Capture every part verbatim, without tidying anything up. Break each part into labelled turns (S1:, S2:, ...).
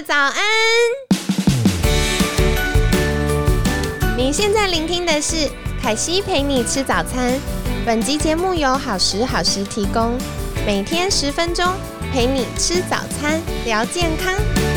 S1: 家早安！你现在聆听的是凯西陪你吃早餐。本集节目由好时好时提供，每天十分钟陪你吃早餐，聊健康。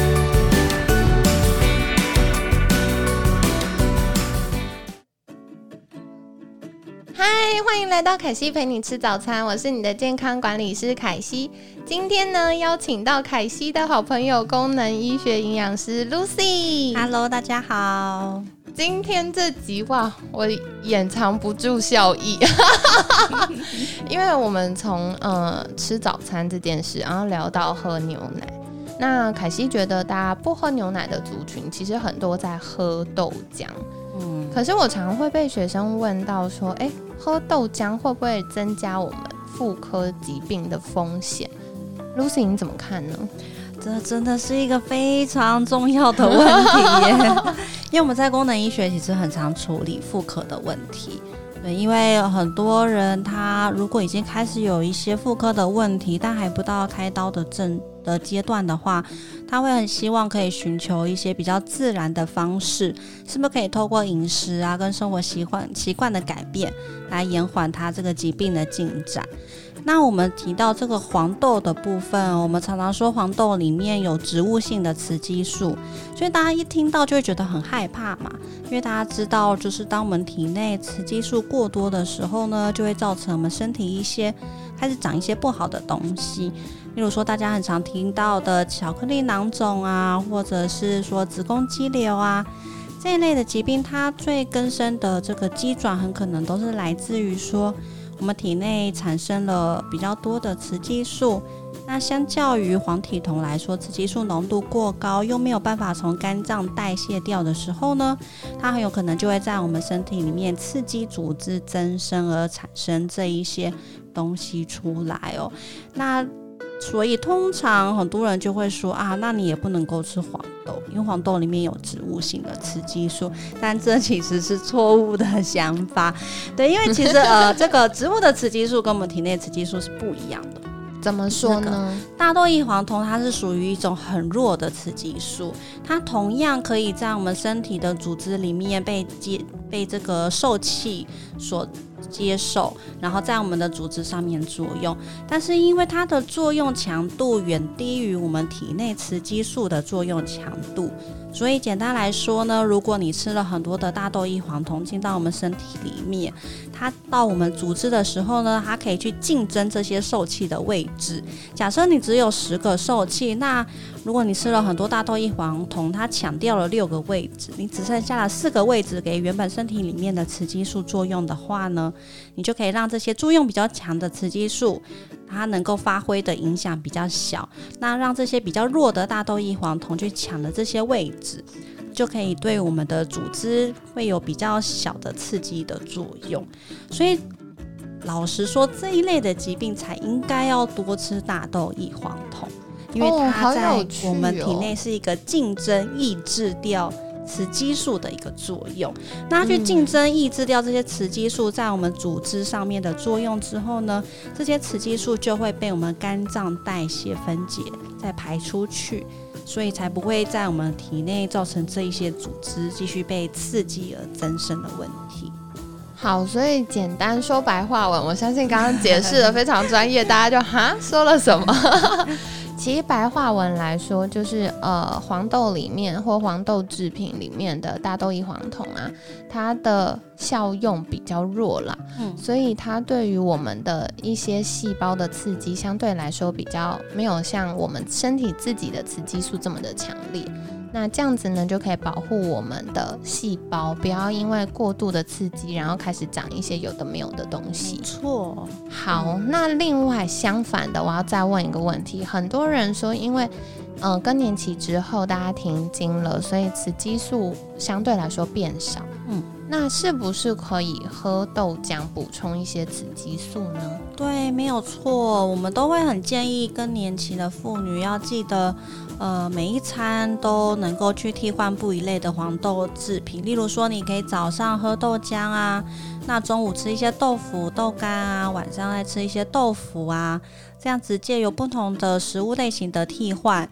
S1: 嗨，欢迎来到凯西陪你吃早餐，我是你的健康管理师凯西。今天呢，邀请到凯西的好朋友功能医学营养师 Lucy。Hello，
S2: 大家好。
S1: 今天这集哇，我掩藏不住笑意，因为我们从呃吃早餐这件事，然后聊到喝牛奶。那凯西觉得，大家不喝牛奶的族群，其实很多在喝豆浆。嗯，可是我常常会被学生问到说，哎，喝豆浆会不会增加我们妇科疾病的风险 ？Lucy， 你怎么看呢？
S2: 这真的是一个非常重要的问题耶，因为我们在功能医学其实很常处理妇科的问题。对，因为很多人他如果已经开始有一些妇科的问题，但还不到开刀的症的阶段的话，他会很希望可以寻求一些比较自然的方式，是不是可以透过饮食啊跟生活习惯习惯的改变来延缓他这个疾病的进展。那我们提到这个黄豆的部分，我们常常说黄豆里面有植物性的雌激素，所以大家一听到就会觉得很害怕嘛，因为大家知道就是当我们体内雌激素过多的时候呢，就会造成我们身体一些开始长一些不好的东西，例如说大家很常听到的巧克力囊肿啊，或者是说子宫肌瘤啊这一类的疾病，它最根深的这个机转很可能都是来自于说我们体内产生了比较多的雌激素，那相较于黄体酮来说，雌激素浓度过高又没有办法从肝脏代谢掉的时候呢，它很有可能就会在我们身体里面刺激组织增生，而产生这一些东西出来哦。那所以通常很多人就会说啊，那你也不能够吃黄豆，因为黄豆里面有植物性的雌激素，但这其实是错误的想法。对，因为其实呃，这个植物的雌激素跟我们体内雌激素是不一样的。
S1: 怎么说呢？
S2: 大豆异黄酮它是属于一种很弱的雌激素，它同样可以在我们身体的组织里面被接被这个受气所接受，然后在我们的组织上面作用，但是因为它的作用强度远低于我们体内雌激素的作用强度，所以简单来说呢，如果你吃了很多的大豆异黄酮进到我们身体里面，它到我们组织的时候呢，它可以去竞争这些受气的位置。假设你只有十个受气，那如果你吃了很多大豆异黄酮，它抢掉了六个位置，你只剩下了四个位置给原本身体里面的雌激素作用的话呢，你就可以让这些作用比较强的雌激素它能够发挥的影响比较小，那让这些比较弱的大豆异黄酮去抢的这些位置，就可以对我们的组织会有比较小的刺激的作用。所以老实说，这一类的疾病才应该要多吃大豆异黄酮，因为它在我们体内是一个竞争抑制掉雌激素的一个作用。那它去竞争抑制掉这些雌激素在我们组织上面的作用之后呢，这些雌激素就会被我们肝脏代谢分解再排出去，所以才不会在我们体内造成这一些组织继续被刺激而增生的问题。
S1: 好，所以简单说白话文，我相信刚刚解释的非常专业，大家就哈说了什么？其实白话文来说，就是呃黄豆里面或黄豆制品里面的大豆异黄酮啊，它的效用比较弱啦，嗯，所以它对于我们的一些细胞的刺激相对来说比较没有像我们身体自己的雌激素这么的强烈。那这样子呢，就可以保护我们的细胞不要因为过度的刺激，然后开始长一些有的没有的东西。
S2: 没错。
S1: 好，那另外相反的，我要再问一个问题。很多人说，因为呃更年期之后大家停经了，所以雌激素相对来说变少。嗯，那是不是可以喝豆浆补充一些雌激素呢？
S2: 对，没有错，我们都会很建议更年期的妇女要记得呃，每一餐都能够去替换不一类的黄豆制品，例如说你可以早上喝豆浆啊，那中午吃一些豆腐豆干啊，晚上再吃一些豆腐啊，这样子借由不同的食物类型的替换，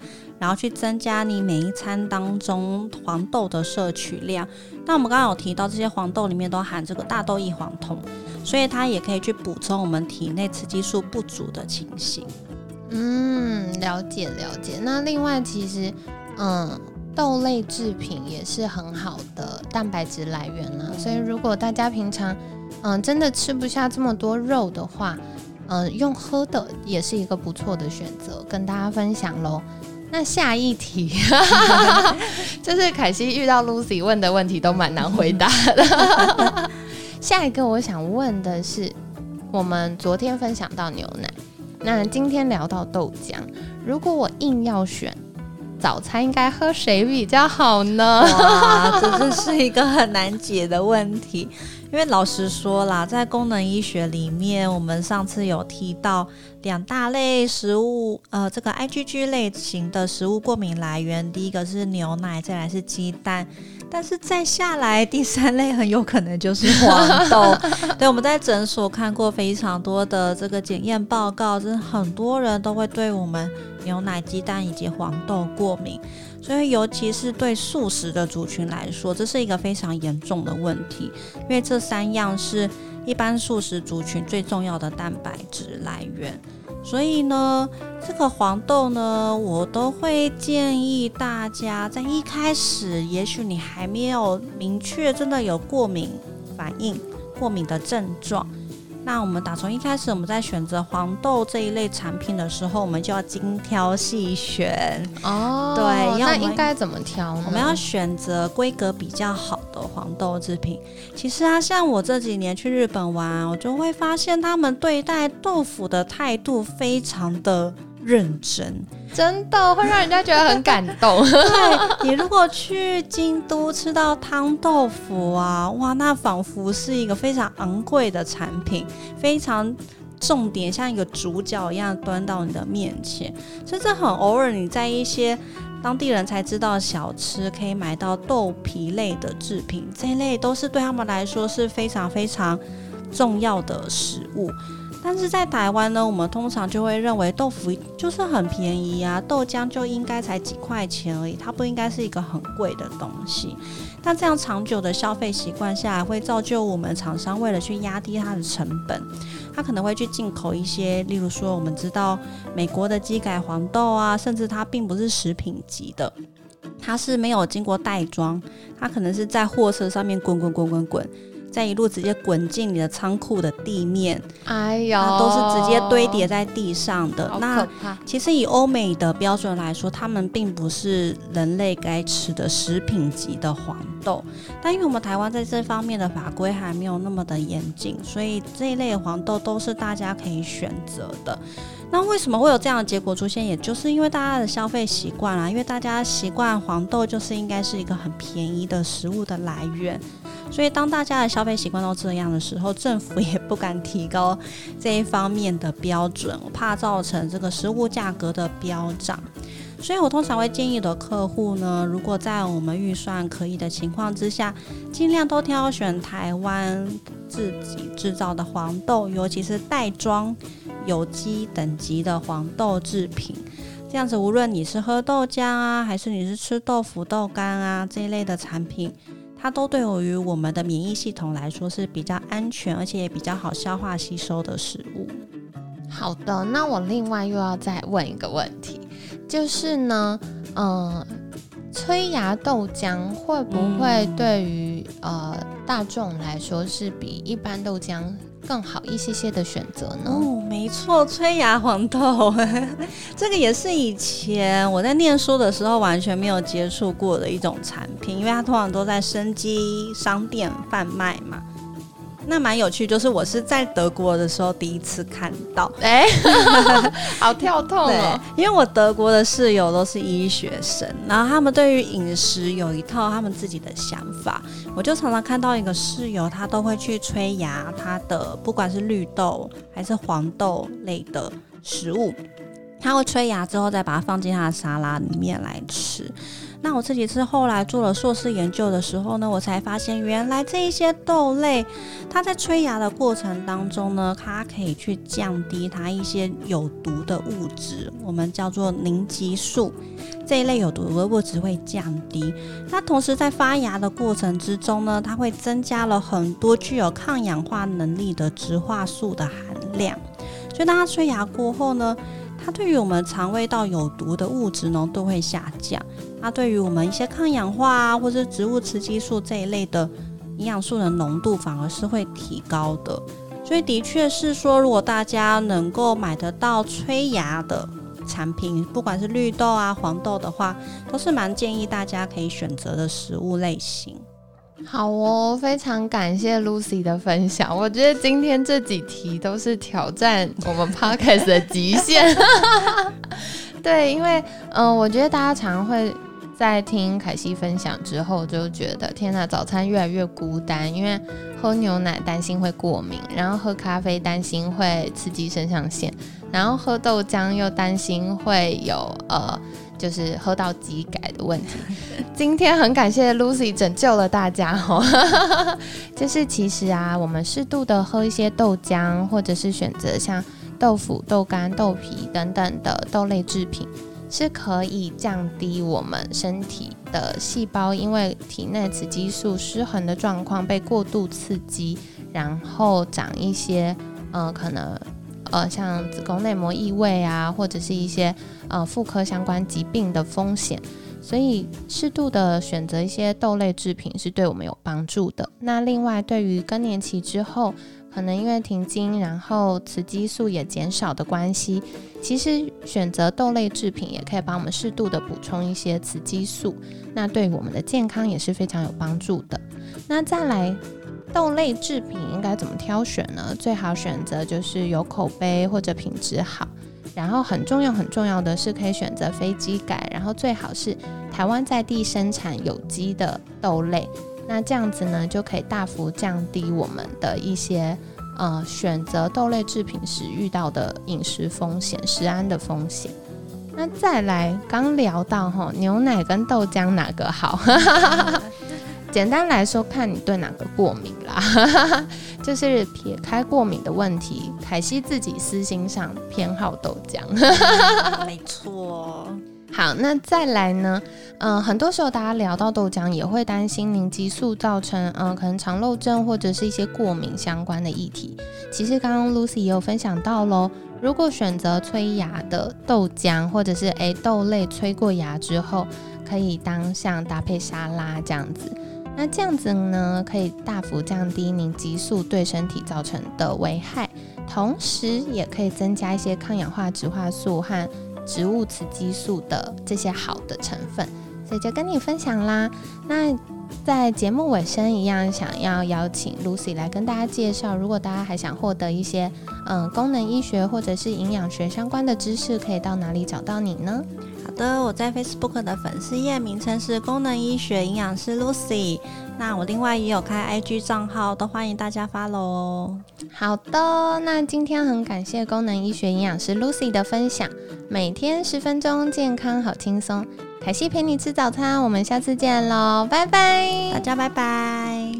S2: 然后去增加你每一餐当中黄豆的摄取量。那我们刚刚有提到这些黄豆里面都含这个大豆异黄酮，所以它也可以去补充我们体内雌激素不足的情形。
S1: 嗯，了解了解。那另外其实嗯豆类制品也是很好的蛋白质来源啦，所以如果大家平常嗯真的吃不下这么多肉的话，嗯用喝的也是一个不错的选择，跟大家分享咯。那下一题就是凯西遇到 Lucy 问的问题都蛮难回答的下一个我想问的是，我们昨天分享到牛奶，那今天聊到豆浆，如果我硬要选早餐应该喝谁比较好呢？
S2: 哇，这真是一个很难解的问题。因为老实说啦，在功能医学里面，我们上次有提到两大类食物，呃，这个 I G G 类型的食物过敏来源，第一个是牛奶，再来是鸡蛋，但是再下来第三类很有可能就是黄豆。对，我们在诊所看过非常多的这个检验报告，真的很多人都会对我们牛奶、鸡蛋以及黄豆过敏。所以尤其是对素食的族群来说，这是一个非常严重的问题，因为这三样是一般素食族群最重要的蛋白质来源。所以呢，这个黄豆呢，我都会建议大家在一开始，也许你还没有明确真的有过敏反应、过敏的症状，那我们打从一开始我们在选择黄豆这一类产品的时候，我们就要精挑细选
S1: 哦。
S2: 对，
S1: 那应该怎么挑呢？
S2: 我们要选择规格比较好的黄豆制品。其实啊，像我这几年去日本玩，我就会发现他们对待豆腐的态度非常的认真，
S1: 真的会让人家觉得很感动
S2: 对，你如果去京都吃到汤豆腐啊，哇，那仿佛是一个非常昂贵的产品，非常重点像一个主角一样端到你的面前，甚至很偶尔你在一些当地人才知道小吃可以买到豆皮类的制品，这一类都是对他们来说是非常非常重要的食物。但是在台湾呢，我们通常就会认为豆腐就是很便宜啊，豆浆就应该才几块钱而已，它不应该是一个很贵的东西。但这样长久的消费习惯下来，会造就我们厂商为了去压低它的成本，它可能会去进口一些，例如说我们知道美国的基改黄豆啊，甚至它并不是食品级的，它是没有经过袋装，它可能是在货车上面滚滚滚滚滚，再一路直接滚进你的仓库的地面，
S1: 哎呦，
S2: 它都是直接堆叠在地上的。
S1: 好可怕。
S2: 那其实以欧美的标准来说，他们并不是人类该吃的食品级的黄豆，但因为我们台湾在这方面的法规还没有那么的严谨，所以这一类的黄豆都是大家可以选择的。那为什么会有这样的结果出现？也就是因为大家的消费习惯啦，因为大家习惯黄豆就是应该是一个很便宜的食物的来源，所以当大家的消费习惯都这样的时候，政府也不敢提高这一方面的标准，我怕造成这个食物价格的飙涨。所以我通常会建议的客户呢，如果在我们预算可以的情况之下，尽量都挑选台湾自己制造的黄豆，尤其是袋装有机等级的黄豆制品。这样子无论你是喝豆浆啊，还是你是吃豆腐豆干啊这一类的产品，它都对于我们的免疫系统来说是比较安全，而且也比较好消化吸收的食物。
S1: 好的，那我另外又要再问一个问题，就是呢，嗯，催芽豆浆会不会对于、嗯、呃大众来说是比一般豆浆更好一些些的选择呢？
S2: 哦，没错，催芽黄豆这个也是以前我在念书的时候完全没有接触过的一种产品，因为它通常都在生机商店贩卖嘛。那蛮有趣，就是我是在德国的时候第一次看到，
S1: 哎、欸，好跳痛哦！
S2: 因为我德国的室友都是医学生，然后他们对于饮食有一套他们自己的想法。我就常常看到一个室友，他都会去催芽他的，不管是绿豆还是黄豆类的食物，他会催芽之后再把它放进他的沙拉里面来吃。 那我自己是后来做了硕士研究的时候呢，我才发现原来这一些豆类它在催芽的过程当中呢，它可以去降低它一些有毒的物质，我们叫做凝集素，这一类有毒的物质会降低。那同时在发芽的过程之中呢，它会增加了很多具有抗氧化能力的植化素的含量，所以当它催芽过后呢，它对于我们肠胃道有毒的物质浓度会下降，它对于我们一些抗氧化啊，或是植物雌激素这一类的营养素的浓度反而是会提高的。所以的确是说，如果大家能够买得到催芽的产品，不管是绿豆啊、黄豆的话，都是蛮建议大家可以选择的食物类型。
S1: 好哦，非常感谢 Lucy 的分享。我觉得今天这几题都是挑战我们 Podcast 的极限。对，因为嗯、呃，我觉得大家常会在听凯西分享之后，就觉得天哪，早餐越来越孤单，因为喝牛奶担心会过敏，然后喝咖啡担心会刺激肾上腺，然后喝豆浆又担心会有呃。就是喝到肌改的问题。今天很感谢 Lucy 拯救了大家哦。就是其实啊，我们适度的喝一些豆浆，或者是选择像豆腐、豆干、豆皮等等的豆类制品，是可以降低我们身体的细胞因为体内雌激素失衡的状况被过度刺激，然后长一些呃可能呃，像子宫内膜异位啊，或者是一些呃妇科相关疾病的风险，所以适度的选择一些豆类制品是对我们有帮助的。那另外，对于更年期之后，可能因为停经，然后雌激素也减少的关系，其实选择豆类制品也可以帮我们适度的补充一些雌激素，那对于我们的健康也是非常有帮助的。那再来，豆类制品应该怎么挑选呢？最好选择就是有口碑或者品质好，然后很重要很重要的是可以选择非基改，然后最好是台湾在地生产有机的豆类，那这样子呢就可以大幅降低我们的一些呃选择豆类制品时遇到的饮食风险、食安的风险。那再来，刚聊到齁牛奶跟豆浆哪个好？简单来说，看你对哪个过敏啦。就是撇开过敏的问题，凯西自己私心上偏好豆浆。
S2: 没错。
S1: 好，那再来呢？嗯、呃，很多时候大家聊到豆浆，也会担心凝激素造成嗯、呃、可能肠漏症或者是一些过敏相关的议题。其实刚刚 Lucy 也有分享到咯，如果选择催芽的豆浆，或者是诶豆类催过芽之后，可以当像搭配沙拉这样子。那这样子呢，可以大幅降低凝激素对身体造成的危害，同时也可以增加一些抗氧化植化素和植物雌激素的这些好的成分，所以就跟你分享啦。那在节目尾声一样，想要邀请 Lucy 来跟大家介绍，如果大家还想获得一些嗯功能医学或者是营养学相关的知识，可以到哪里找到你呢？
S2: 好的，我在 Facebook 的粉丝页名称是功能医学营养师 Lucy， 那我另外也有开 I G 账号，都欢迎大家 follow 哦。
S1: 好的，那今天很感谢功能医学营养师 Lucy 的分享，每天十分钟，健康好轻松。凯西陪你吃早餐，我们下次见喽，拜拜，
S2: 大家拜拜。